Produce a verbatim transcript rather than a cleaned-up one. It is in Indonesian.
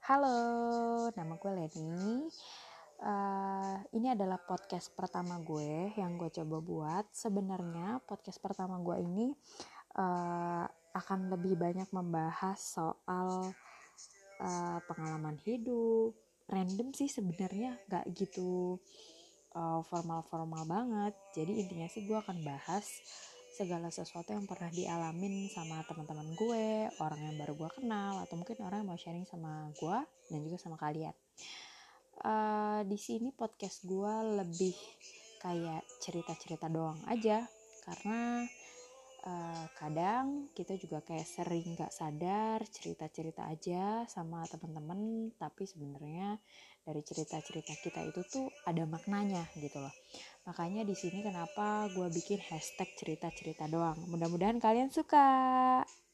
Halo, nama gue Leni. Uh, ini adalah podcast pertama gue yang gue coba buat. Sebenarnya podcast pertama gue ini uh, akan lebih banyak membahas soal uh, pengalaman hidup. Random sih sebenarnya, gak gitu uh, formal-formal banget. Jadi intinya sih gue akan bahas segala sesuatu yang pernah dialamin sama teman-teman gue, orang yang baru gue kenal, atau mungkin orang yang mau sharing sama gue dan juga sama kalian. Uh, di sini podcast gue lebih kayak cerita-cerita doang aja, karena uh, kadang kita juga kayak sering gak sadar cerita-cerita aja sama teman-teman, tapi sebenarnya dari cerita-cerita kita itu tuh ada maknanya gitu loh. Makanya di sini kenapa gue bikin hashtag cerita-cerita doang. Mudah-mudahan kalian suka.